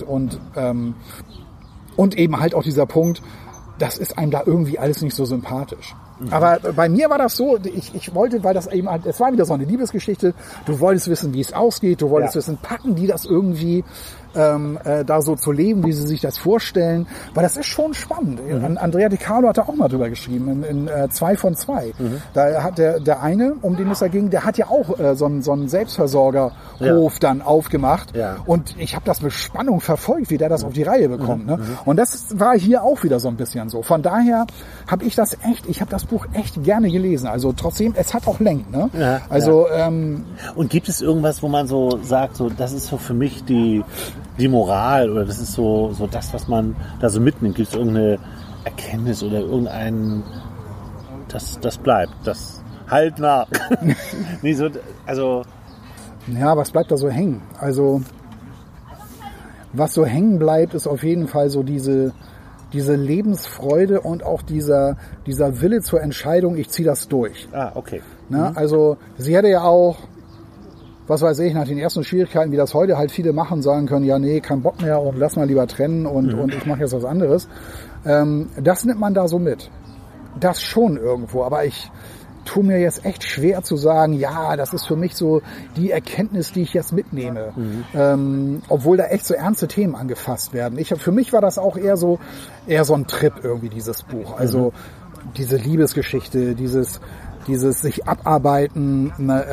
eben halt auch dieser Punkt, das ist einem da irgendwie alles nicht so sympathisch. Aber bei mir war das so, ich wollte, weil das eben halt, es war wieder so eine Liebesgeschichte, du wolltest wissen, wie es ausgeht, du wolltest wissen, packen die das irgendwie da so zu leben, wie sie sich das vorstellen, weil das ist schon spannend. Andrea Di Carlo hat da auch mal drüber geschrieben, in 2 von 2. Da hat der eine, um den es da ging, der hat ja auch so einen Selbstversorgerhof dann aufgemacht und ich habe das mit Spannung verfolgt, wie der das auf die Reihe bekommt. Ne? Und das war hier auch wieder so ein bisschen so. Von daher habe ich das Buch echt gerne gelesen. Also trotzdem, es hat auch Längen. Ne? Ja, also und gibt es irgendwas, wo man so sagt, so das ist so für mich die Moral oder das ist so das, was man da so mitnimmt? Gibt es irgendeine Erkenntnis oder irgendein, das bleibt, das halt nach? Nee, so, also ja, was bleibt da so hängen? Also was so hängen bleibt, ist auf jeden Fall so diese Lebensfreude und auch dieser Wille zur Entscheidung, ich ziehe das durch. Ah, okay. Na, also sie hätte ja auch, was weiß ich, nach den ersten Schwierigkeiten, wie das heute halt viele machen, sagen können, ja nee, kein Bock mehr und lass mal lieber trennen und ich mache jetzt was anderes. Das nimmt man da so mit. Das schon irgendwo, aber ich tue mir jetzt echt schwer zu sagen, ja, das ist für mich so die Erkenntnis, die ich jetzt mitnehme. Obwohl da echt so ernste Themen angefasst werden. Für mich war das auch eher so ein Trip irgendwie, dieses Buch. Also diese Liebesgeschichte, dieses sich abarbeiten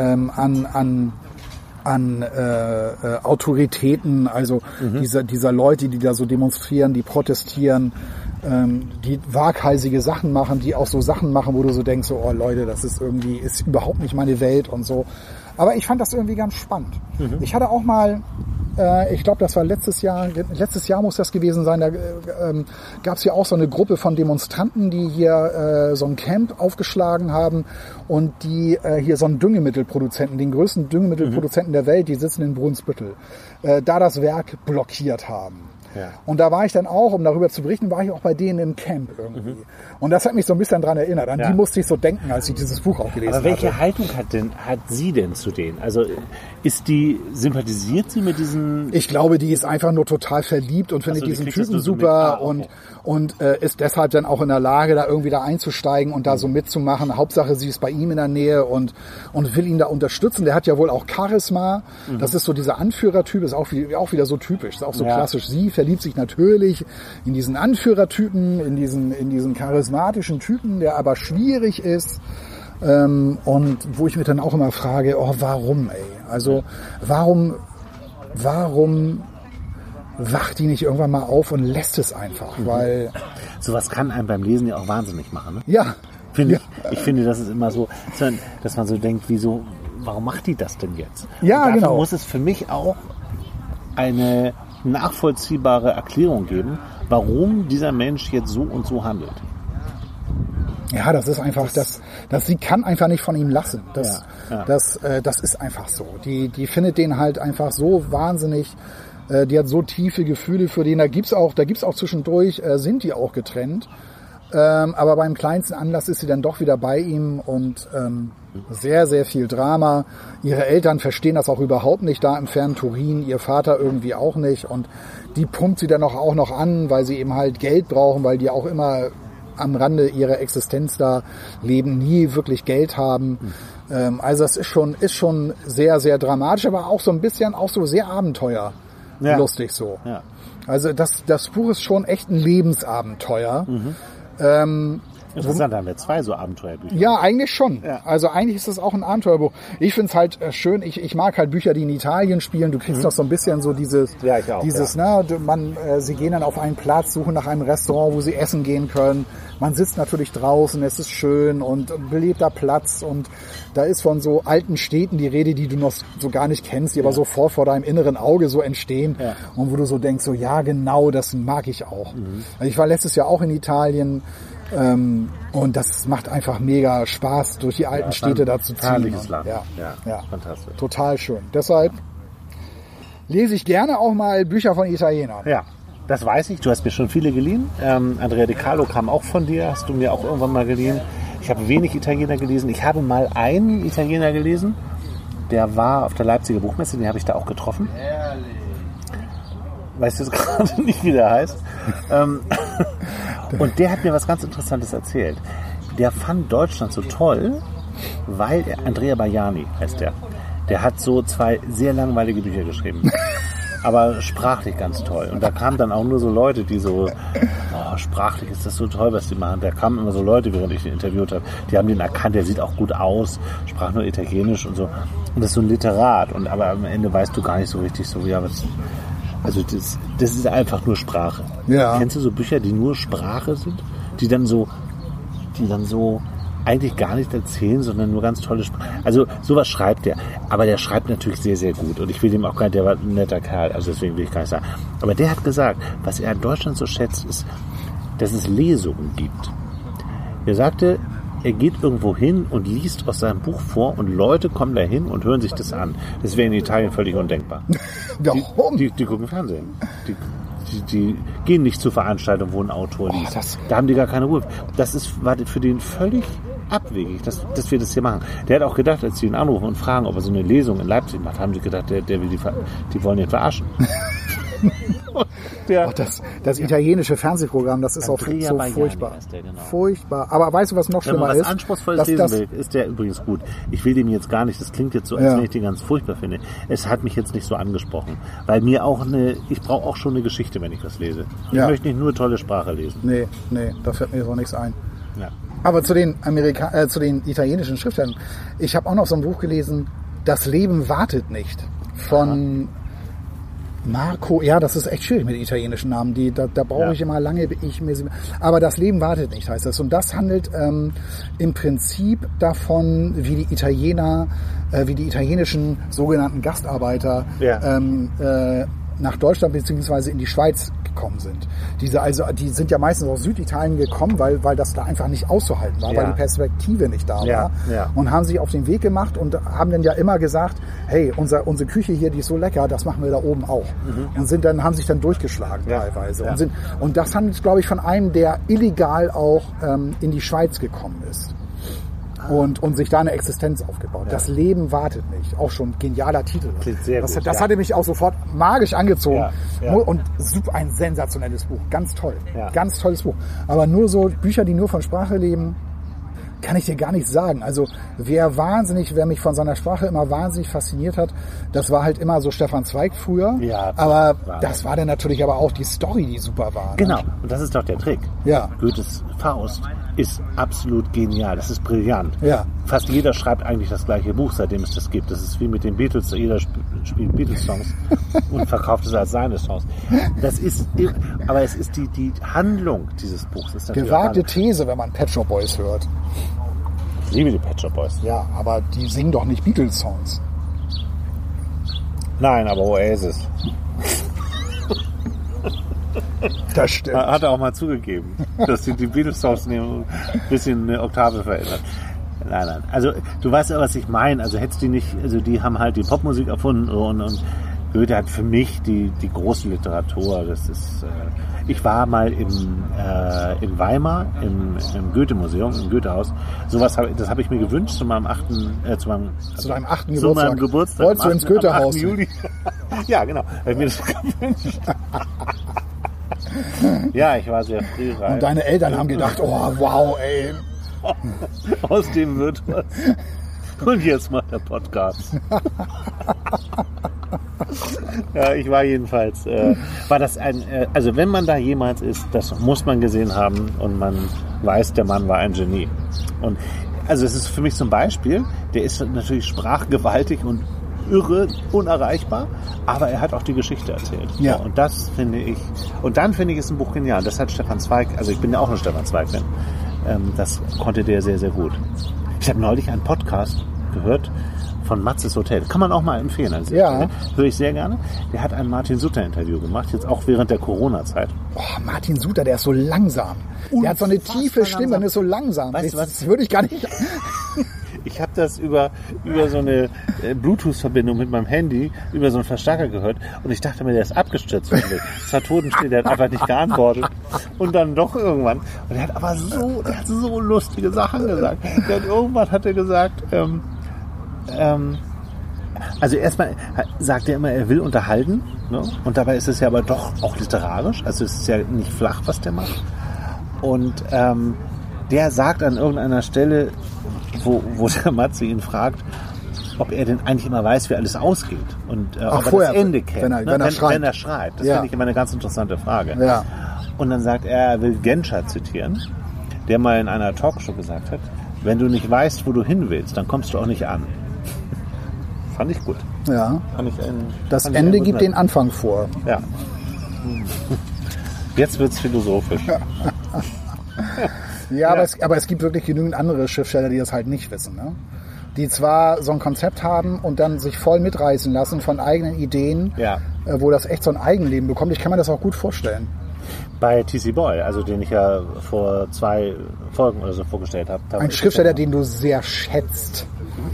an Autoritäten, also dieser Leute, die da so demonstrieren, die protestieren, die waghalsige Sachen machen, die auch so Sachen machen, wo du so denkst, so, oh Leute, das ist überhaupt nicht meine Welt und so. Aber ich fand das irgendwie ganz spannend. Ich hatte auch mal, ich glaube, das war letztes Jahr muss das gewesen sein, da gab es hier auch so eine Gruppe von Demonstranten, die hier so ein Camp aufgeschlagen haben und die hier so einen Düngemittelproduzenten, den größten Düngemittelproduzenten der Welt, die sitzen in Brunsbüttel, da das Werk blockiert haben. Ja. Und da war ich dann auch, um darüber zu berichten, war ich auch bei denen im Camp irgendwie. Und das hat mich so ein bisschen dran erinnert. An die musste ich so denken, als ich dieses Buch auch gelesen habe. Aber welche Haltung hat sie denn zu denen? Also sympathisiert sie mit diesen... Ich glaube, die ist einfach nur total verliebt und findet diesen Typen super und ist deshalb dann auch in der Lage, da irgendwie da einzusteigen und da so mitzumachen. Hauptsache, sie ist bei ihm in der Nähe und will ihn da unterstützen. Der hat ja wohl auch Charisma. Das ist so dieser Anführertyp, ist auch wieder so typisch. Ist auch so klassisch. Sie verliebt sich natürlich in diesen Anführertypen, in diesen charismatischen Typen, der aber schwierig ist. Und wo ich mir dann auch immer frage, warum, ey? Also, warum wacht die nicht irgendwann mal auf und lässt es einfach? Weil sowas kann einem beim Lesen ja auch wahnsinnig machen, ne? Ja. Ich finde, das ist immer so, dass man so denkt, warum macht die das denn jetzt? Ja, und genau. Muss es für mich auch eine nachvollziehbare Erklärung geben, warum dieser Mensch jetzt so und so handelt. Ja, das ist einfach, sie kann einfach nicht von ihm lassen. Das ist einfach so. Die findet den halt einfach so wahnsinnig, die hat so tiefe Gefühle für den. Da gibt's auch zwischendurch, sind die auch getrennt. Aber beim kleinsten Anlass ist sie dann doch wieder bei ihm und sehr, sehr viel Drama. Ihre Eltern verstehen das auch überhaupt nicht da im fernen Turin, ihr Vater irgendwie auch nicht. Und die pumpt sie dann auch noch an, weil sie eben halt Geld brauchen, weil die auch immer am Rande ihrer Existenz da leben, nie wirklich Geld haben. Also das ist schon sehr, sehr dramatisch, aber auch so ein bisschen, auch so sehr abenteuerlustig so. Ja. Also das Buch ist schon echt ein Lebensabenteuer. Interessant, da haben wir 2 so Abenteuerbücher. Ja, eigentlich schon. Ja. Also eigentlich ist es auch ein Abenteuerbuch. Ich finde es halt schön, ich mag halt Bücher, die in Italien spielen. Du kriegst noch so ein bisschen so dieses, sie gehen dann auf einen Platz, suchen nach einem Restaurant, wo sie essen gehen können. Man sitzt natürlich draußen, es ist schön und belebter Platz und da ist von so alten Städten die Rede, die du noch so gar nicht kennst, die aber sofort vor deinem inneren Auge so entstehen und wo du so denkst, so ja genau, das mag ich auch. Also ich war letztes Jahr auch in Italien, und das macht einfach mega Spaß, durch die alten Städte da zu ziehen. Herrliches Land. Ja, fantastisch. Total schön. Deshalb lese ich gerne auch mal Bücher von Italienern. Ja, das weiß ich. Du hast mir schon viele geliehen. Andrea De Carlo kam auch von dir, hast du mir auch irgendwann mal geliehen. Ich habe wenig Italiener gelesen. Ich habe mal einen Italiener gelesen, der war auf der Leipziger Buchmesse, den habe ich da auch getroffen. Weißt du jetzt gerade nicht, wie der heißt? Und der hat mir was ganz Interessantes erzählt. Der fand Deutschland so toll, weil Andrea Baiani heißt der. Der hat so 2 sehr langweilige Bücher geschrieben. Aber sprachlich ganz toll. Und da kamen dann auch nur so Leute, die so, sprachlich ist das so toll, was die machen. Da kamen immer so Leute, während ich den interviewt habe, die haben den erkannt, der sieht auch gut aus, sprach nur Italienisch und so. Und das ist so ein Literat. Aber am Ende weißt du gar nicht so richtig so, also das ist einfach nur Sprache. Ja. Kennst du so Bücher, die nur Sprache sind? Die dann so eigentlich gar nicht erzählen, sondern nur ganz tolle Sprache. Also sowas schreibt der. Aber der schreibt natürlich sehr, sehr gut. Und ich will dem auch gar nicht, der war ein netter Kerl, also deswegen will ich gar nicht sagen. Aber der hat gesagt, was er in Deutschland so schätzt, ist, dass es Lesungen gibt. Er sagte, er geht irgendwo hin und liest aus seinem Buch vor und Leute kommen da hin und hören sich das an. Das wäre in Italien völlig undenkbar. Warum? Die gucken Fernsehen. Die gehen nicht zur Veranstaltung, wo ein Autor liest. Da haben die gar keine Ruhe. War für den völlig abwegig, dass wir das hier machen. Der hat auch gedacht, als sie ihn anrufen und fragen, ob er so eine Lesung in Leipzig macht, haben sie gedacht, der will die wollen ihn verarschen. Das italienische Fernsehprogramm, das ist auch so furchtbar. Furchtbar. Aber weißt du, was noch schlimmer ist? Wenn man was Anspruchsvolles lesen will, ist der übrigens gut. Ich will dem jetzt gar nicht, das klingt jetzt so, als wenn ich den ganz furchtbar finde. Es hat mich jetzt nicht so angesprochen. Weil ich brauche auch schon eine Geschichte, wenn ich was lese. Ich möchte nicht nur tolle Sprache lesen. Nee, da fällt mir so nichts ein. Ja. Aber zu den italienischen Schriftstellern. Ich habe auch noch so ein Buch gelesen, Das Leben wartet nicht. Von Marco, das ist echt schwierig mit italienischen Namen. Da brauche ich immer lange, aber Das Leben wartet nicht, heißt das. Und das handelt im Prinzip davon, wie die italienischen sogenannten Gastarbeiter nach Deutschland bzw. in die Schweiz gekommen sind. Die sind ja meistens aus Süditalien gekommen, weil das da einfach nicht auszuhalten war, weil die Perspektive nicht da war. Ja. Und haben sich auf den Weg gemacht und haben dann ja immer gesagt, hey, unsere Küche hier, die ist so lecker, das machen wir da oben auch. Und haben sich dann durchgeschlagen teilweise. Ja. Und das handelt, glaube ich, von einem, der illegal auch in die Schweiz gekommen ist. Und sich da eine Existenz aufgebaut. Ja. Das Leben wartet nicht. Auch schon genialer Titel. Sehr gut, das hatte mich auch sofort magisch angezogen. Ja. Und super, ein sensationelles Buch. Ganz toll. Ja. Ganz tolles Buch. Aber nur so Bücher, die nur von Sprache leben, kann ich dir gar nicht sagen. Also wer mich von seiner Sprache immer wahnsinnig fasziniert hat, das war halt immer so Stefan Zweig früher. Ja, aber das war dann natürlich aber auch die Story, die super war. Genau, Ne? und das ist doch der Trick. Ja. Goethes Faust ist absolut genial, das ist brillant. Ja. Fast jeder schreibt eigentlich das gleiche Buch, seitdem es das gibt. Das ist wie mit den Beatles, jeder spielt Beatles-Songs und verkauft es als seine Songs. Aber es ist die Handlung dieses Buchs. Ist natürlich Gewagte These, wenn man Pet Shop Boys hört. Ich liebe die Pet Shop Boys. Ja, aber die singen doch nicht Beatles-Songs. Nein, aber Oasis. Das stimmt. Hat er auch mal zugegeben, dass die Beatles-Songs ein bisschen eine Oktave verändert. Nein. Also du weißt ja, was ich meine. Also hättest die nicht, also die haben halt die Popmusik erfunden und Goethe hat für mich die große Literatur. Das ist. Ich war mal in Weimar im Goethe-Museum, im Goethehaus. Das habe ich mir gewünscht zu meinem 8. Zu deinem 8. Geburtstag. Wolltest du ins Goethehaus? Am 8. Juli. Ja, genau. Habe ich mir das gewünscht. Ja, ich war sehr früh rein. Und deine Eltern haben gedacht, oh wow, ey. Aus dem wird was. Und jetzt mal der Podcast. Ja, ich war jedenfalls, war das also wenn man da jemals ist, das muss man gesehen haben und man weiß, der Mann war ein Genie. Und also es ist für mich zum Beispiel, der ist natürlich sprachgewaltig und irre, unerreichbar, aber er hat auch die Geschichte erzählt. Ja. Und das finde ich, und dann finde ich es ein Buch genial. Das hat Stefan Zweig, also ich bin ja auch ein Stefan Zweig-Fan, das konnte der sehr, sehr gut. Ich habe neulich einen Podcast gehört von Matzes Hotel. Kann man auch mal empfehlen. Also ja. Höre ich sehr gerne. Der hat ein Martin Suter-Interview gemacht, jetzt auch während der Corona-Zeit. Oh, Martin Suter, der ist so langsam. Der hat so eine tiefe Stimme und ist so langsam. Weißt du was? Das würde ich gar nicht... Ich habe das über so eine Bluetooth-Verbindung mit meinem Handy, über so einen Verstärker gehört und ich dachte mir, der ist abgestürzt. Es war totenstill, der hat einfach nicht geantwortet. Und dann doch irgendwann. Und er hat so lustige Sachen gesagt. Irgendwann hat er gesagt, also erstmal sagt er immer, er will unterhalten, ne? Und dabei ist es ja aber doch auch literarisch. Also es ist ja nicht flach, was der macht. Und der sagt an irgendeiner Stelle, wo der Matze ihn fragt, ob er denn eigentlich immer weiß, wie alles ausgeht und ob er das Ende kennt, wenn er schreibt. Das finde ich immer eine ganz interessante Frage. Ja. Und dann sagt er will Genscher zitieren, der mal in einer Talkshow gesagt hat, wenn du nicht weißt, wo du hin willst, dann kommst du auch nicht an. Fand ich gut. Ja. Das Ende gibt den Anfang vor. Ja. Jetzt wird's philosophisch. Ja, aber es gibt wirklich genügend andere Schriftsteller, die das halt nicht wissen. Ne? Die zwar so ein Konzept haben und dann sich voll mitreißen lassen von eigenen Ideen, wo das echt so ein Eigenleben bekommt. Ich kann mir das auch gut vorstellen. Bei T.C. Boyle, also den ich ja vor 2 Folgen oder so vorgestellt habe. Ein Schriftsteller, den du sehr schätzt.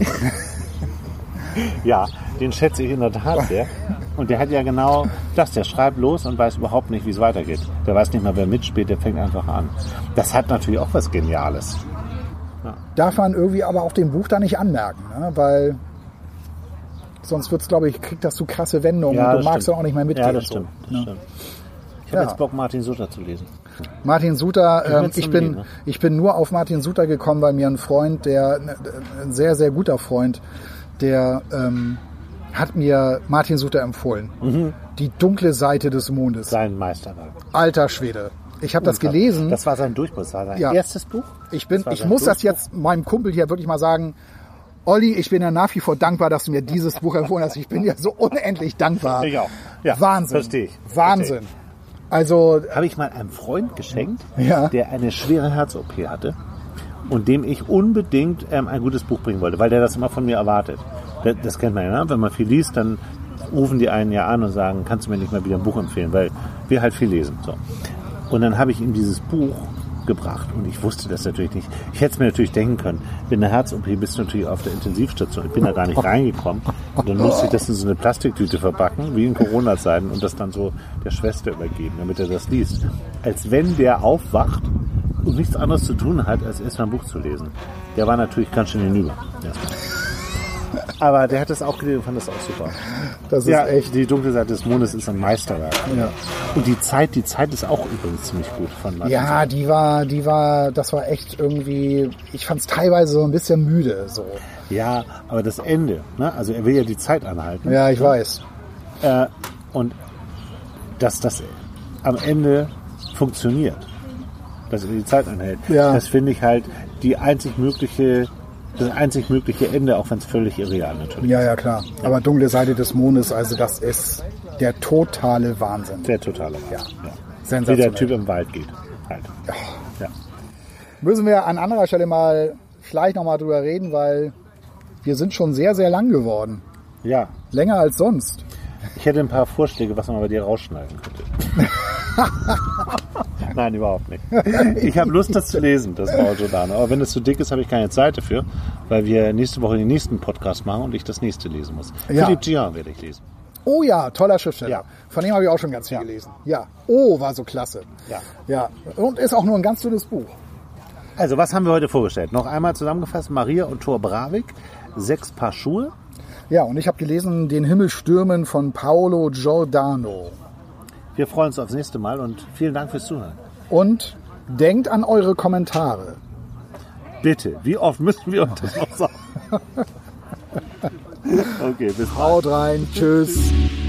Ja, den schätze ich in der Tat sehr. Und der hat ja genau das, der schreibt los und weiß überhaupt nicht, wie es weitergeht. Der weiß nicht mal, wer mitspielt, der fängt einfach an. Das hat natürlich auch was Geniales. Ja. Darf man irgendwie aber auch dem Buch da nicht anmerken, ne? Weil sonst wird's, glaube ich, kriegt das zu krasse Wendungen und du magst dann auch nicht mehr mitgehen. Ja, das stimmt. Das stimmt. Ich habe jetzt Bock, Martin Suter zu lesen. Martin Suter, ich bin nur auf Martin Suter gekommen, weil mir ein Freund, ein sehr, sehr guter Freund, der hat mir Martin Suter empfohlen. Mhm. Die dunkle Seite des Mondes. Sein Meisterwerk. Alter Schwede. Ich habe das gelesen. Das war sein Durchbruch, das war sein erstes Buch. Ich muss das jetzt meinem Kumpel hier wirklich mal sagen. Olli, ich bin ja nach wie vor dankbar, dass du mir dieses Buch empfohlen hast. Ich bin dir so unendlich dankbar. Ich auch. Ja, Wahnsinn. Verstehe ich. Wahnsinn. Also habe ich mal einem Freund geschenkt, der eine schwere Herz-OP hatte und dem ich unbedingt ein gutes Buch bringen wollte, weil der das immer von mir erwartet. Das kennt man ja, ne? Wenn man viel liest, dann rufen die einen ja an und sagen, kannst du mir nicht mal wieder ein Buch empfehlen, weil wir halt viel lesen. So. Und dann habe ich ihm dieses Buch gebracht und ich wusste das natürlich nicht. Ich hätte es mir natürlich denken können, mit einer Herz-OP bist du natürlich auf der Intensivstation. Ich bin da gar nicht reingekommen. Und dann musste ich das in so eine Plastiktüte verpacken, wie in Corona-Zeiten, und das dann so der Schwester übergeben, damit er das liest. Als wenn der aufwacht und nichts anderes zu tun hat, als erstmal ein Buch zu lesen. Der war natürlich ganz schön hinüber. Erstmal. Aber der hat das auch gelesen und fand das auch super. Das ist echt. Die dunkle Seite des Mondes ist ein Meisterwerk. Ja. Und die Zeit ist auch übrigens ziemlich gut von Martin. Ja, das war echt irgendwie, ich fand es teilweise so ein bisschen müde, so. Ja, aber das Ende, ne? Also er will ja die Zeit anhalten. Ja, ich weiß. Und dass das am Ende funktioniert, dass er die Zeit anhält, das finde ich halt das einzig mögliche Ende, auch wenn es völlig irreal natürlich ist. Ja, klar. Aber dunkle Seite des Mondes, also das ist der totale Wahnsinn. Der totale Wahnsinn. Ja. Sensationell. Wie der Typ im Wald geht. Halt. Ja. Müssen wir an anderer Stelle mal vielleicht nochmal drüber reden, weil wir sind schon sehr, sehr lang geworden. Ja. Länger als sonst. Ich hätte ein paar Vorschläge, was man bei dir rausschneiden könnte. Nein, überhaupt nicht. Ich habe Lust, das zu lesen, das Mauro Giordano. Aber wenn es zu dick ist, habe ich keine Zeit dafür, weil wir nächste Woche den nächsten Podcast machen und ich das nächste lesen muss. Ja. Philippe Gian werde ich lesen. Oh ja, toller Schriftsteller. Ja. Von dem habe ich auch schon ganz viel gelesen. Ja. Oh, war so klasse. Ja. Und ist auch nur ein ganz dünnes Buch. Also, was haben wir heute vorgestellt? Noch einmal zusammengefasst, Maria und Thor Bravik, 6 Paar Schuhe. Ja, und ich habe gelesen Den Himmel stürmen von Paolo Giordano. Wir freuen uns aufs nächste Mal und vielen Dank fürs Zuhören. Und denkt an eure Kommentare. Bitte, wie oft müssen wir uns das noch sagen? Okay, bis bald. Haut rein, tschüss.